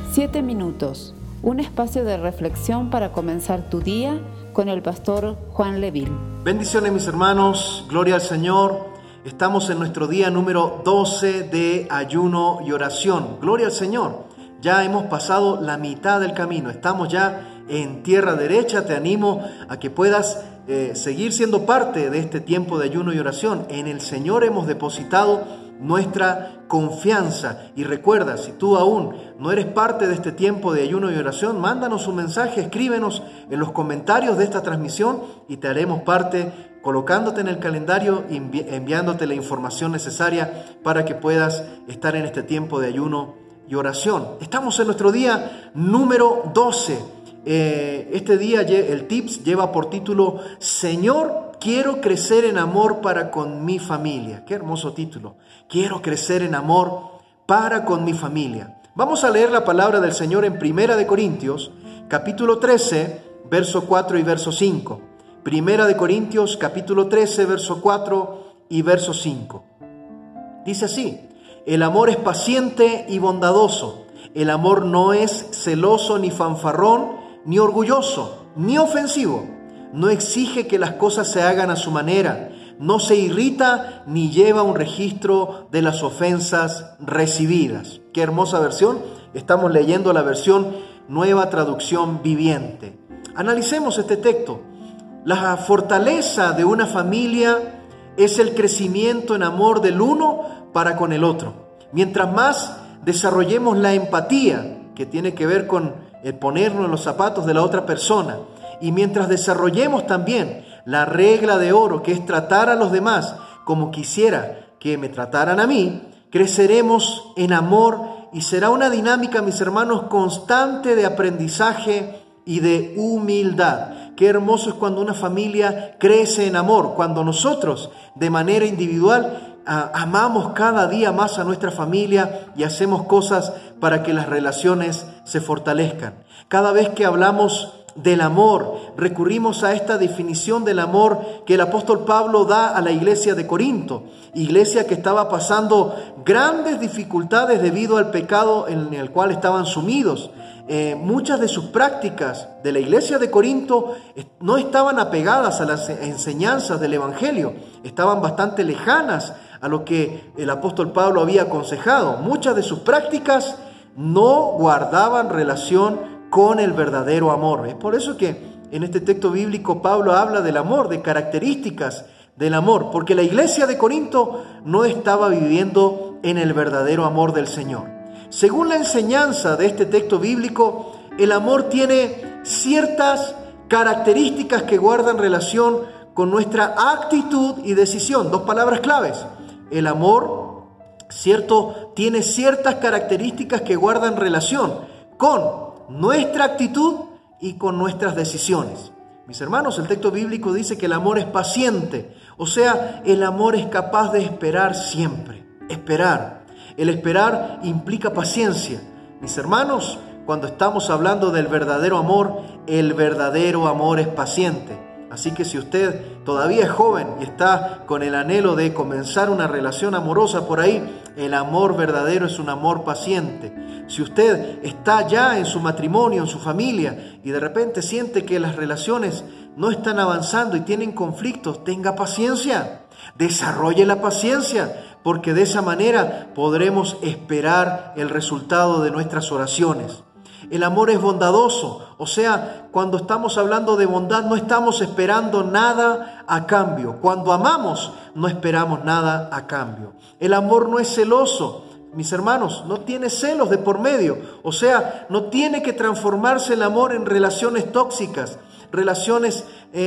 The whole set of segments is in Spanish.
7 minutos, un espacio de reflexión para comenzar tu día con el pastor Juan Leville. Bendiciones, mis hermanos, gloria al Señor. Estamos en nuestro día número 12 de ayuno y oración. Gloria al Señor. Ya hemos pasado la mitad del camino. Estamos ya en tierra derecha. Te animo a que puedas seguir siendo parte de este tiempo de ayuno y oración. En el Señor hemos depositado nuestra confianza. Y recuerda, si tú aún no eres parte de este tiempo de ayuno y oración, mándanos un mensaje, escríbenos en los comentarios de esta transmisión y te haremos parte, colocándote en el calendario, enviándote la información necesaria para que puedas estar en este tiempo de ayuno y oración. Estamos en nuestro día número 12. Este día el tips lleva por título Señor, quiero crecer en amor para con mi familia. Qué hermoso título. Quiero crecer en amor para con mi familia. Vamos a leer la palabra del Señor en 1 Corintios, capítulo 13, verso 4 y verso 5. 1 Corintios, capítulo 13, verso 4 y verso 5. Dice así: el amor es paciente y bondadoso. El amor no es celoso ni fanfarrón, ni orgulloso, ni ofensivo. No exige que las cosas se hagan a su manera. No se irrita ni lleva un registro de las ofensas recibidas. Qué hermosa versión. Estamos leyendo la versión Nueva Traducción Viviente. Analicemos este texto. La fortaleza de una familia es el crecimiento en amor del uno para con el otro. Mientras más desarrollemos la empatía, que tiene que ver con el ponernos en los zapatos de la otra persona, y mientras desarrollemos también la regla de oro, que es tratar a los demás como quisiera que me trataran a mí, creceremos en amor y será una dinámica, mis hermanos, constante de aprendizaje y de humildad. Qué hermoso es cuando una familia crece en amor, cuando nosotros de manera individual amamos cada día más a nuestra familia y hacemos cosas para que las relaciones se fortalezcan. Cada vez que hablamos del amor, recurrimos a esta definición del amor que el apóstol Pablo da a la iglesia de Corinto, iglesia que estaba pasando grandes dificultades debido al pecado en el cual estaban sumidos. Muchas de sus prácticas de la iglesia de Corinto no estaban apegadas a las enseñanzas del Evangelio, estaban bastante lejanas a lo que el apóstol Pablo había aconsejado. Muchas de sus prácticas no guardaban relación con el verdadero amor. Es por eso que en este texto bíblico Pablo habla del amor, de características del amor, porque la iglesia de Corinto no estaba viviendo en el verdadero amor del Señor. Según la enseñanza de este texto bíblico, el amor tiene ciertas características que guardan relación con nuestra actitud y decisión. Dos palabras claves. El amor, ¿cierto?, tiene ciertas características que guardan relación con nuestra actitud y con nuestras decisiones. Mis hermanos, el texto bíblico dice que el amor es paciente, o sea, el amor es capaz de esperar siempre. Esperar. El esperar implica paciencia. Mis hermanos, cuando estamos hablando del verdadero amor, el verdadero amor es paciente. Así que si usted todavía es joven y está con el anhelo de comenzar una relación amorosa por ahí, el amor verdadero es un amor paciente. Si usted está ya en su matrimonio, en su familia, y de repente siente que las relaciones no están avanzando y tienen conflictos, tenga paciencia, desarrolle la paciencia, porque de esa manera podremos esperar el resultado de nuestras oraciones. El amor es bondadoso, o sea, cuando estamos hablando de bondad no estamos esperando nada a cambio. Cuando amamos no esperamos nada a cambio. El amor no es celoso, mis hermanos, no tiene celos de por medio, o sea, no tiene que transformarse el amor en relaciones tóxicas, relaciones,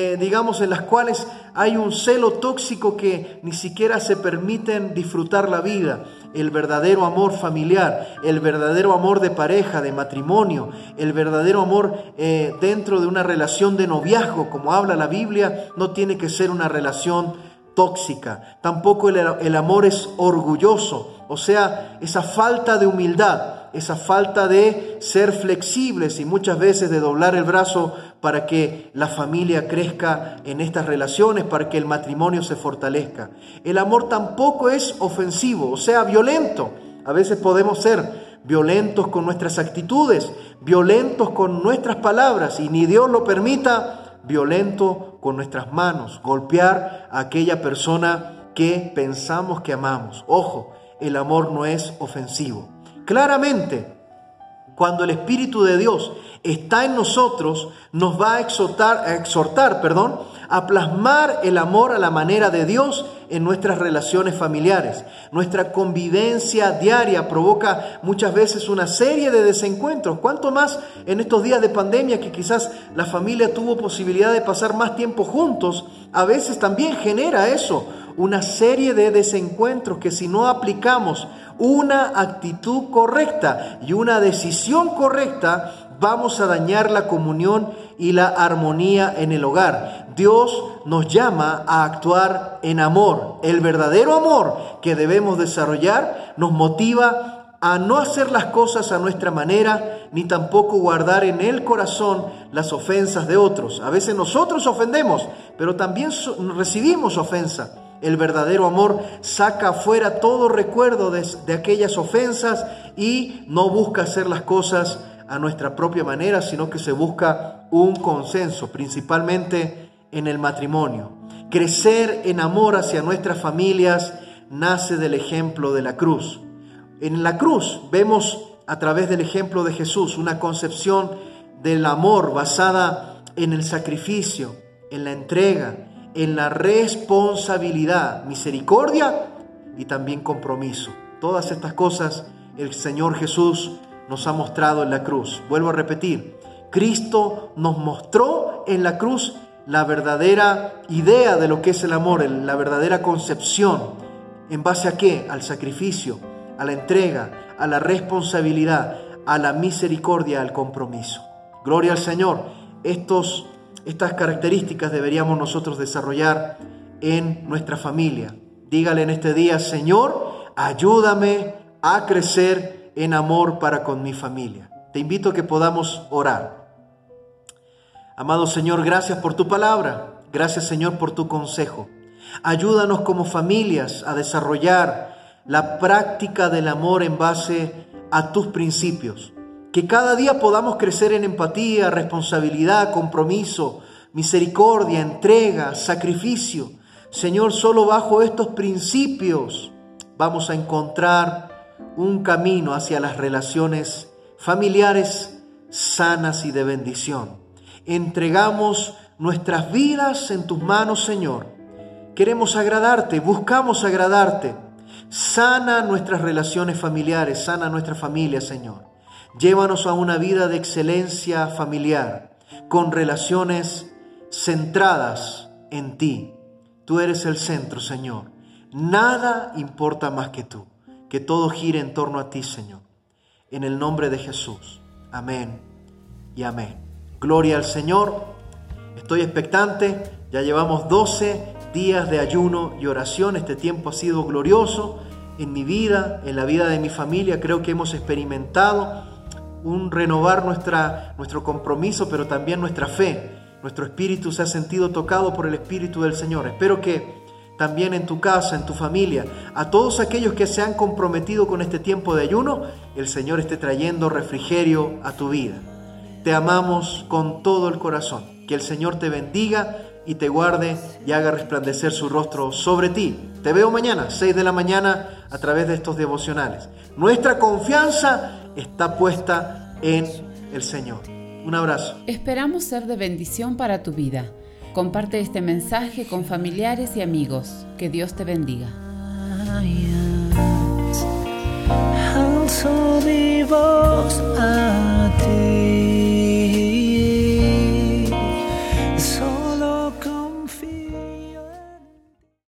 en las cuales hay un celo tóxico que ni siquiera se permiten disfrutar la vida. El verdadero amor familiar, el verdadero amor de pareja, de matrimonio, el verdadero amor dentro de una relación de noviazgo, como habla la Biblia, no tiene que ser una relación tóxica. Tampoco el amor es orgulloso, o sea, esa falta de humildad, esa falta de ser flexibles y muchas veces de doblar el brazo para que la familia crezca en estas relaciones, para que el matrimonio se fortalezca. El amor tampoco es ofensivo, o sea, violento. A veces podemos ser violentos con nuestras actitudes, violentos con nuestras palabras y ni Dios lo permita, violento con nuestras manos, golpear a aquella persona que pensamos que amamos. Ojo, el amor no es ofensivo. Claramente, cuando el Espíritu de Dios está en nosotros, nos va a exhortar, a plasmar el amor a la manera de Dios en nuestras relaciones familiares. Nuestra convivencia diaria provoca muchas veces una serie de desencuentros. ¿Cuánto más en estos días de pandemia que quizás la familia tuvo posibilidad de pasar más tiempo juntos? A veces también genera eso, una serie de desencuentros que si no aplicamos una actitud correcta y una decisión correcta, vamos a dañar la comunión y la armonía en el hogar. Dios nos llama a actuar en amor. El verdadero amor que debemos desarrollar nos motiva a no hacer las cosas a nuestra manera, ni tampoco guardar en el corazón las ofensas de otros. A veces nosotros ofendemos, pero también recibimos ofensa. El verdadero amor saca afuera todo recuerdo de aquellas ofensas y no busca hacer las cosas a nuestra propia manera, sino que se busca un consenso, principalmente en el matrimonio. Crecer en amor hacia nuestras familias nace del ejemplo de la cruz. En la cruz vemos a través del ejemplo de Jesús una concepción del amor basada en el sacrificio, en la entrega, en la responsabilidad, misericordia y también compromiso. Todas estas cosas el Señor Jesús nos ha mostrado en la cruz. Vuelvo a repetir, Cristo nos mostró en la cruz la verdadera idea de lo que es el amor, la verdadera concepción. ¿En base a qué? Al sacrificio, a la entrega, a la responsabilidad, a la misericordia, al compromiso. Gloria al Señor. Estas características deberíamos nosotros desarrollar en nuestra familia. Dígale en este día, Señor, ayúdame a crecer en amor para con mi familia. Te invito a que podamos orar. Amado Señor, gracias por tu palabra. Gracias, Señor, por tu consejo. Ayúdanos como familias a desarrollar la práctica del amor en base a tus principios. Que cada día podamos crecer en empatía, responsabilidad, compromiso, misericordia, entrega, sacrificio. Señor, solo bajo estos principios vamos a encontrar un camino hacia las relaciones familiares sanas y de bendición. Entregamos nuestras vidas en tus manos, Señor. Queremos agradarte, buscamos agradarte. Sana nuestras relaciones familiares, sana nuestra familia, Señor. Llévanos a una vida de excelencia familiar, con relaciones centradas en ti. Tú eres el centro, Señor. Nada importa más que tú. Que todo gire en torno a ti, Señor. En el nombre de Jesús. Amén y amén. Gloria al Señor. Estoy expectante. Ya llevamos 12 días de ayuno y oración. Este tiempo ha sido glorioso en mi vida, en la vida de mi familia. Creo que hemos experimentado un renovar nuestro compromiso, pero también nuestra fe. Nuestro espíritu se ha sentido tocado por el Espíritu del Señor. Espero que también en tu casa, en tu familia, a todos aquellos que se han comprometido con este tiempo de ayuno, el Señor esté trayendo refrigerio a tu vida. Te amamos con todo el corazón. Que el Señor te bendiga y te guarde y haga resplandecer su rostro sobre ti. Te veo mañana, 6 de la mañana, a través de estos devocionales. Nuestra confianza está puesta en el Señor. Un abrazo. Esperamos ser de bendición para tu vida. Comparte este mensaje con familiares y amigos. Que Dios te bendiga. Alzo mi voz a ti.